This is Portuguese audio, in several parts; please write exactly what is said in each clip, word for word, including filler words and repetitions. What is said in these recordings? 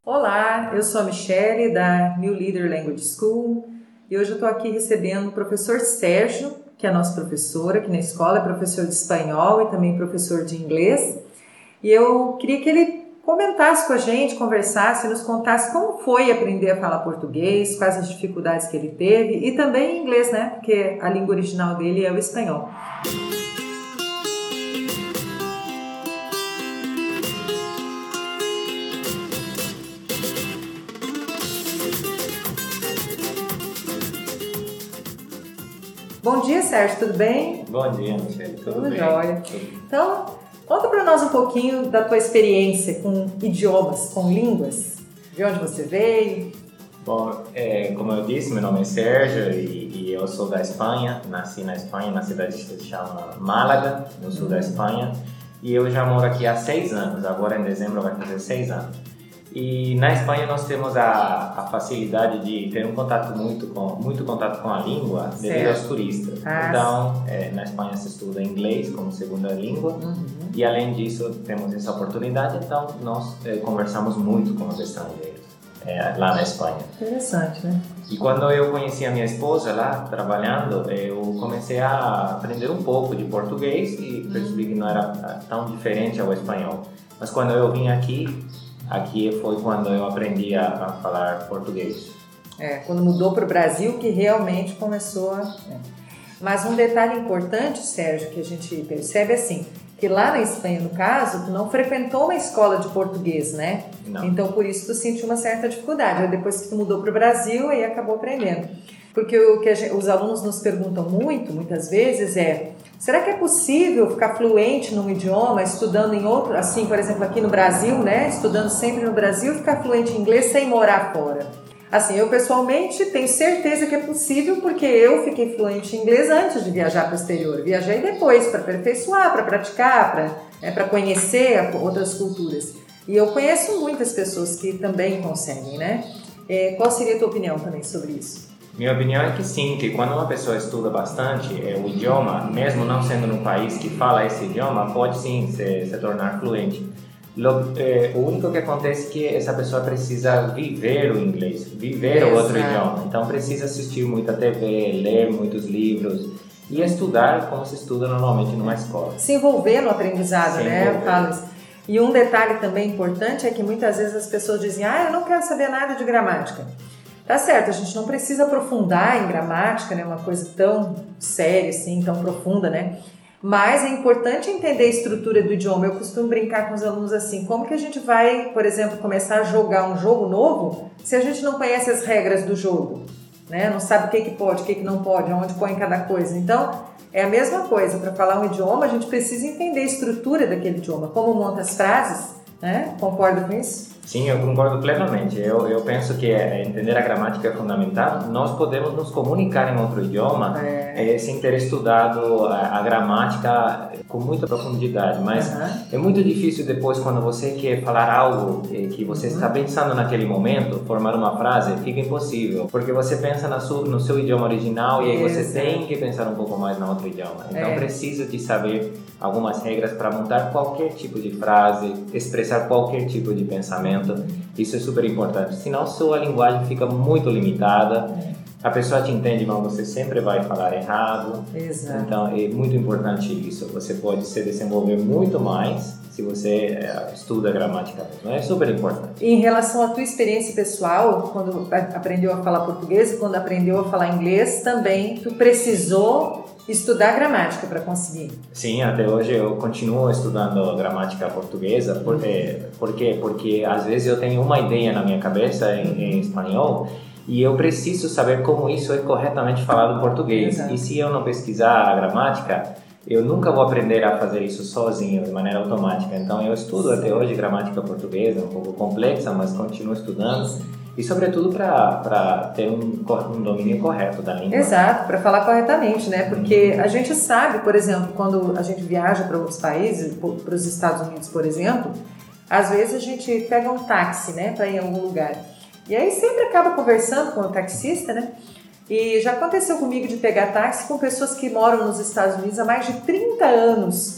Olá, eu sou a Michele da New Leader Language School e hoje eu estou aqui recebendo o professor Sérgio, que é nosso professor aqui na escola, é professor de espanhol e também professor de inglês. E eu queria que ele comentasse com a gente, conversasse, nos contasse como foi aprender a falar português, quais as dificuldades que ele teve e também inglês, né? Porque a língua original dele é o espanhol. Bom dia, Sérgio, tudo bem? Bom dia, Michele, tudo, tudo bem? Jóia. Então, conta para nós um pouquinho da tua experiência com idiomas, com línguas. De onde você veio? Bom, é, como eu disse, meu nome é Sérgio e, e eu sou da Espanha. Nasci na Espanha, na cidade que se chama Málaga, no sul da Espanha. E eu já moro aqui há seis anos, agora em dezembro vai fazer seis anos. E na Espanha nós temos a, a facilidade de ter um contato muito com, muito contato com a língua devido aos turistas. Ah, então, é, na Espanha se estuda inglês como segunda língua uhum. e além disso temos essa oportunidade, então nós é, conversamos muito com os estrangeiros é, lá na Espanha. Interessante, né? E quando eu conheci a minha esposa lá trabalhando, eu comecei a aprender um pouco de português e percebi que não era tão diferente ao espanhol. Mas quando eu vim aqui, Aqui foi quando eu aprendi a, a falar português. É, quando mudou para o Brasil que realmente começou a... É. Mas um detalhe importante, Sérgio, que a gente percebe assim, que lá na Espanha, no caso, tu não frequentou uma escola de português, né? Não. Então, por isso tu sentiu uma certa dificuldade. Aí, depois que tu mudou para o Brasil, aí acabou aprendendo. Porque o que gente, os alunos nos perguntam muito, muitas vezes, é... Será que é possível ficar fluente num idioma, estudando em outro, assim, por exemplo, aqui no Brasil, né? Estudando sempre no Brasil, ficar fluente em inglês sem morar fora? Assim, eu pessoalmente tenho certeza que é possível, porque eu fiquei fluente em inglês antes de viajar para o exterior. Viajei depois para aperfeiçoar, para praticar, para é, para conhecer outras culturas. E eu conheço muitas pessoas que também conseguem, né? É, qual seria a tua opinião também sobre isso? Minha opinião é que sim, que quando uma pessoa estuda bastante é, o idioma, mesmo não sendo num país que fala esse idioma, pode sim se, se tornar fluente. Lo, é, o único que acontece é que essa pessoa precisa viver o inglês, viver Exato. O outro idioma. Então precisa assistir muita T V, ler muitos livros e estudar como se estuda normalmente numa escola. Se envolver no aprendizado, se né? Envolver. Eu falo isso. E um detalhe também importante é que muitas vezes as pessoas dizem, ah, eu não quero saber nada de gramática. Tá certo, a gente não precisa aprofundar em gramática, né, uma coisa tão séria assim, tão profunda, né? Mas é importante entender a estrutura do idioma. Eu costumo brincar com os alunos assim, como que a gente vai, por exemplo, começar a jogar um jogo novo se a gente não conhece as regras do jogo, né? Não sabe o que que pode, o que que não pode, onde põe cada coisa. Então, é a mesma coisa, para falar um idioma, a gente precisa entender a estrutura daquele idioma, como monta as frases, né? Concorda com isso? Sim, eu concordo plenamente. Eu, eu penso que é, entender a gramática é fundamental. Nós podemos nos comunicar em outro idioma é. É, sem ter estudado a, a gramática com muita profundidade, mas uhum. é muito difícil depois, quando você quer falar algo que você uhum. está pensando naquele momento, formar uma frase, fica impossível, porque você pensa na sua, no seu idioma original e aí você Isso. tem que pensar um pouco mais no outro idioma. Então é. precisa de saber algumas regras para montar qualquer tipo de frase, expressar qualquer tipo de pensamento. Isso é super importante, senão sua linguagem fica muito limitada, a pessoa te entende, mas você sempre vai falar errado. Exato. Então é muito importante isso, você pode se desenvolver muito mais se você é, estuda gramática mesmo, é super importante. E em relação à tua experiência pessoal, quando aprendeu a falar português e quando aprendeu a falar inglês, também tu precisou estudar gramática para conseguir? Sim, até hoje eu continuo estudando gramática portuguesa. Por, é, por quê? Porque às vezes eu tenho uma ideia na minha cabeça em, em espanhol e eu preciso saber como isso é corretamente falado em português. Exato. E se eu não pesquisar a gramática, eu nunca vou aprender a fazer isso sozinho, de maneira automática. Então eu estudo Sim. até hoje gramática portuguesa, um pouco complexa, mas continuo estudando. Sim. E sobretudo para ter um, um domínio correto da língua. Exato, para falar corretamente, né? Porque a gente sabe, por exemplo, quando a gente viaja para outros países, para os Estados Unidos, por exemplo, às vezes a gente pega um táxi, né, para ir em algum lugar. E aí sempre acaba conversando com o taxista, né? E já aconteceu comigo de pegar táxi com pessoas que moram nos Estados Unidos há mais de trinta anos.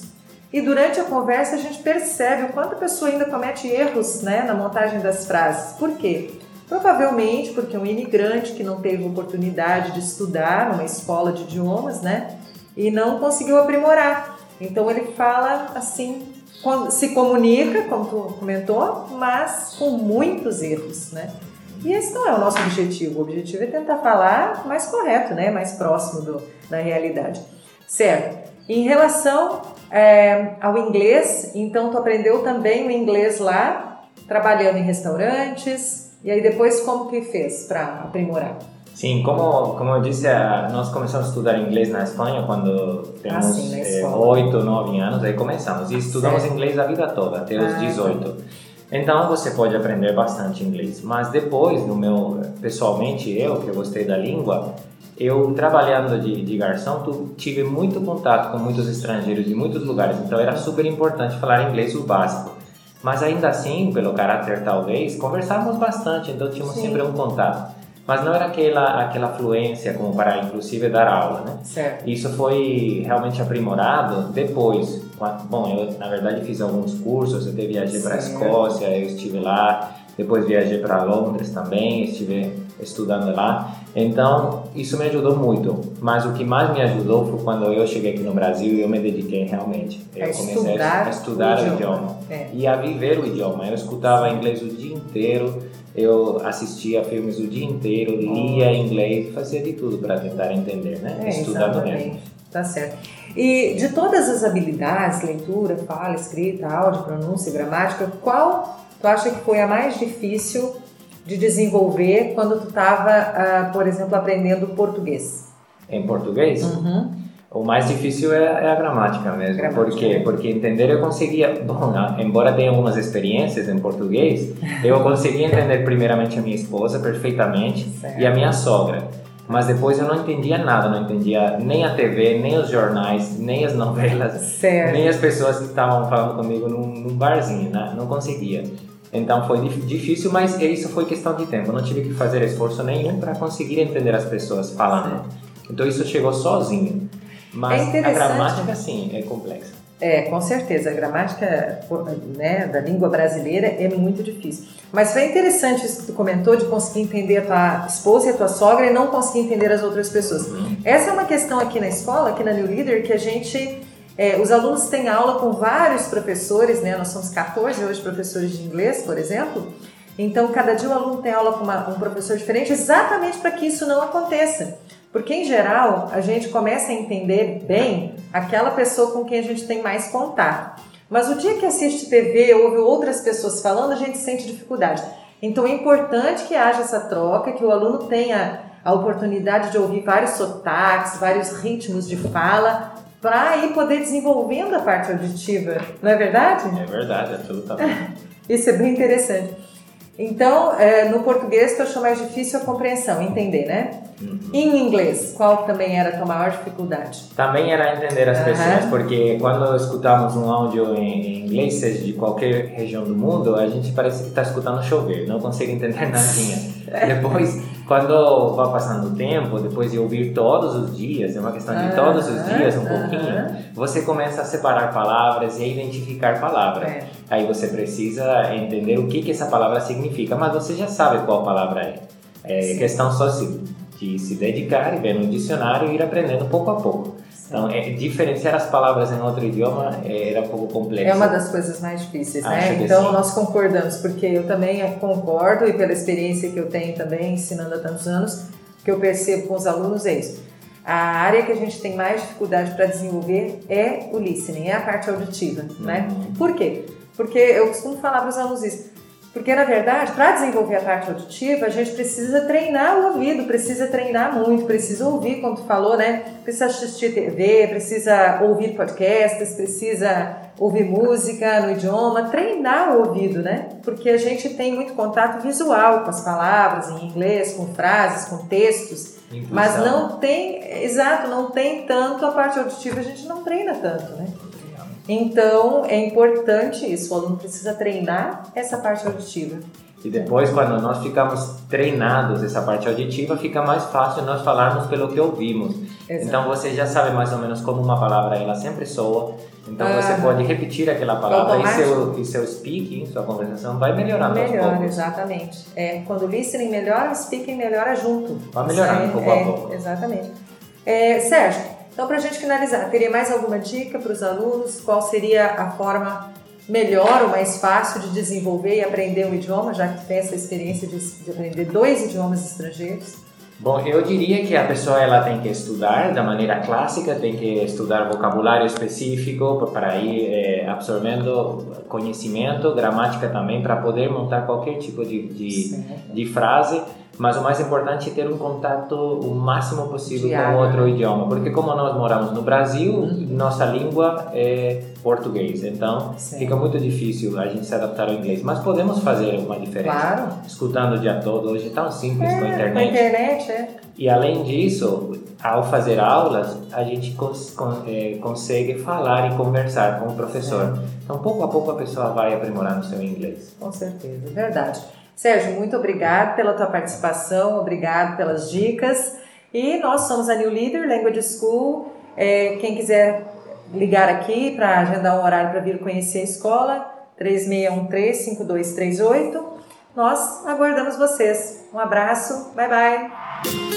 E durante a conversa a gente percebe o quanto a pessoa ainda comete erros, né, na montagem das frases. Por quê? Provavelmente porque um imigrante que não teve oportunidade de estudar numa escola de idiomas, né, e não conseguiu aprimorar. Então ele fala assim, se comunica, como tu comentou, mas com muitos erros, né? E esse não é o nosso objetivo. O objetivo é tentar falar mais correto, né, mais próximo do, da realidade. Certo. Em relação é, ao inglês, então tu aprendeu também o inglês lá, trabalhando em restaurantes, e aí depois como que fez para aprimorar? Sim, como, como eu disse, nós começamos a estudar inglês na Espanha quando temos ah, sim, eh, oito, nove anos, aí começamos. E estudamos certo. Inglês a vida toda, até os ah, dezoito. Então você pode aprender bastante inglês. Mas depois, no meu, pessoalmente, eu que gostei da língua, eu trabalhando de, de garçom, tu, tive muito contato com muitos estrangeiros de muitos lugares, então era super importante falar inglês o básico. Mas ainda assim, pelo caráter talvez, conversávamos bastante, então tínhamos Sim. sempre um contato. Mas não era aquela, aquela fluência como para inclusive dar aula, né? Certo. Isso foi realmente aprimorado depois. Bom, eu na verdade fiz alguns cursos, eu até viajei para a Escócia, eu estive lá, depois viajei para Londres também, estive estudando lá. Então, isso me ajudou muito. Mas o que mais me ajudou foi quando eu cheguei aqui no Brasil e eu me dediquei realmente. Eu a comecei estudar a estudar o idioma, o idioma é. e a viver o idioma. Eu escutava inglês o dia inteiro, eu assistia filmes o dia inteiro, lia inglês, fazia de tudo para tentar entender, né? É, Estudando mesmo. Tá certo. E de todas as habilidades, leitura, fala, escrita, áudio, pronúncia, gramática, qual tu acha que foi a mais difícil de desenvolver quando tu estava, uh, por exemplo, aprendendo português? Em português? Uhum. O mais difícil é, é a gramática mesmo. Gramática. Por quê? Porque entender eu conseguia... Bom, embora tenha algumas experiências em português, eu conseguia entender primeiramente a minha esposa perfeitamente certo. E a minha sogra. Mas depois eu não entendia nada, não entendia nem a T V, nem os jornais, nem as novelas, certo. Nem as pessoas que estavam falando comigo num, num barzinho, né? Não conseguia. Então foi difícil, mas isso foi questão de tempo. Eu não tive que fazer esforço nenhum para conseguir entender as pessoas falando. Então isso chegou sozinho. Mas é a gramática, sim, é complexa. É, com certeza. A gramática, né, da língua brasileira é muito difícil. Mas foi interessante isso que tu comentou de conseguir entender a tua esposa e a tua sogra e não conseguir entender as outras pessoas. Uhum. Essa é uma questão aqui na escola, aqui na New Leader, que a gente... É, os alunos têm aula com vários professores, né? Nós somos quatorze hoje professores de inglês, por exemplo. Então, cada dia o aluno tem aula com uma, um professor diferente exatamente para que isso não aconteça. Porque, em geral, a gente começa a entender bem aquela pessoa com quem a gente tem mais contato. Mas o dia que assiste T V, ouve outras pessoas falando, a gente sente dificuldade. Então, é importante que haja essa troca, que o aluno tenha a oportunidade de ouvir vários sotaques, vários ritmos de fala, para ir poder desenvolvendo a parte auditiva. Não é verdade? É verdade, absolutamente. Isso é bem interessante. Então, é, no português, tu achou mais difícil a compreensão, entender, né? Uhum. Em inglês, qual também era a tua maior dificuldade? Também era entender as uhum. pessoas, porque quando escutamos um áudio em inglês, seja de qualquer região do mundo, a gente parece que está escutando chover, não consegue entender nadinha. Depois, quando vai passando o tempo, depois de ouvir todos os dias, é uma questão de todos os dias, um pouquinho, você começa a separar palavras e a identificar palavras. É. Aí você precisa entender o que, que essa palavra significa, mas você já sabe qual palavra é. É Sim. questão só se, de se dedicar e ver no dicionário e ir aprendendo pouco a pouco. Então, é, diferenciar as palavras em outro idioma é, era um pouco complexo. É uma das coisas mais difíceis, né? Acho Então, sim. nós concordamos, porque eu também concordo, e pela experiência que eu tenho também, ensinando há tantos anos, que eu percebo com os alunos é isso. A área que a gente tem mais dificuldade para desenvolver é o listening, é a parte auditiva, uhum. né? Por quê? Porque eu costumo falar para os alunos isso. Porque, na verdade, para desenvolver a parte auditiva, a gente precisa treinar o ouvido, precisa treinar muito, precisa ouvir, como tu falou, né? Precisa assistir T V, precisa ouvir podcasts, precisa ouvir música no idioma, treinar o ouvido, né? Porque a gente tem muito contato visual com as palavras em inglês, com frases, com textos, Intuição. Mas não tem, exato, não tem tanto a parte auditiva, a gente não treina tanto, né? Então, é importante isso, o aluno precisa treinar essa parte auditiva. E depois, quando nós ficamos treinados essa parte auditiva, fica mais fácil nós falarmos pelo que ouvimos. Exato. Então você já sabe mais ou menos como uma palavra ela sempre soa. Então ah, você pode repetir aquela palavra e seu, e seu speaking, sua conversação vai melhorar. Melhora, exatamente. É, quando o listening melhora, o speaking melhora junto. Vai melhorando é, pouco é, a pouco. Exatamente. É, Sérgio, então para a gente finalizar, teria mais alguma dica para os alunos? Qual seria a forma melhor ou mais fácil de desenvolver e aprender um idioma, já que tem essa experiência de, de aprender dois idiomas estrangeiros? Bom, eu diria que a pessoa ela tem que estudar da maneira clássica, tem que estudar vocabulário específico para ir é, absorvendo conhecimento, gramática também, para poder montar qualquer tipo de, de, de frase. Mas o mais importante é ter um contato o máximo possível Diário. com outro idioma, porque como nós moramos no Brasil, uhum. nossa língua é português, então Sim. fica muito difícil a gente se adaptar ao inglês, mas podemos fazer uma diferença, claro. escutando o dia todo, hoje é tão simples é, com a internet. Com a internet, é. E além disso, ao fazer aulas, a gente cons con é, consegue falar e conversar com o professor. É. Então, pouco a pouco a pessoa vai aprimorando o seu inglês. Com certeza, verdade. Sérgio, muito obrigado pela tua participação, obrigado pelas dicas. E nós somos a New Leader Language School. É, quem quiser ligar aqui para agendar um horário para vir conhecer a escola, três seis um três, cinco dois três oito. Nós aguardamos vocês. Um abraço, bye bye!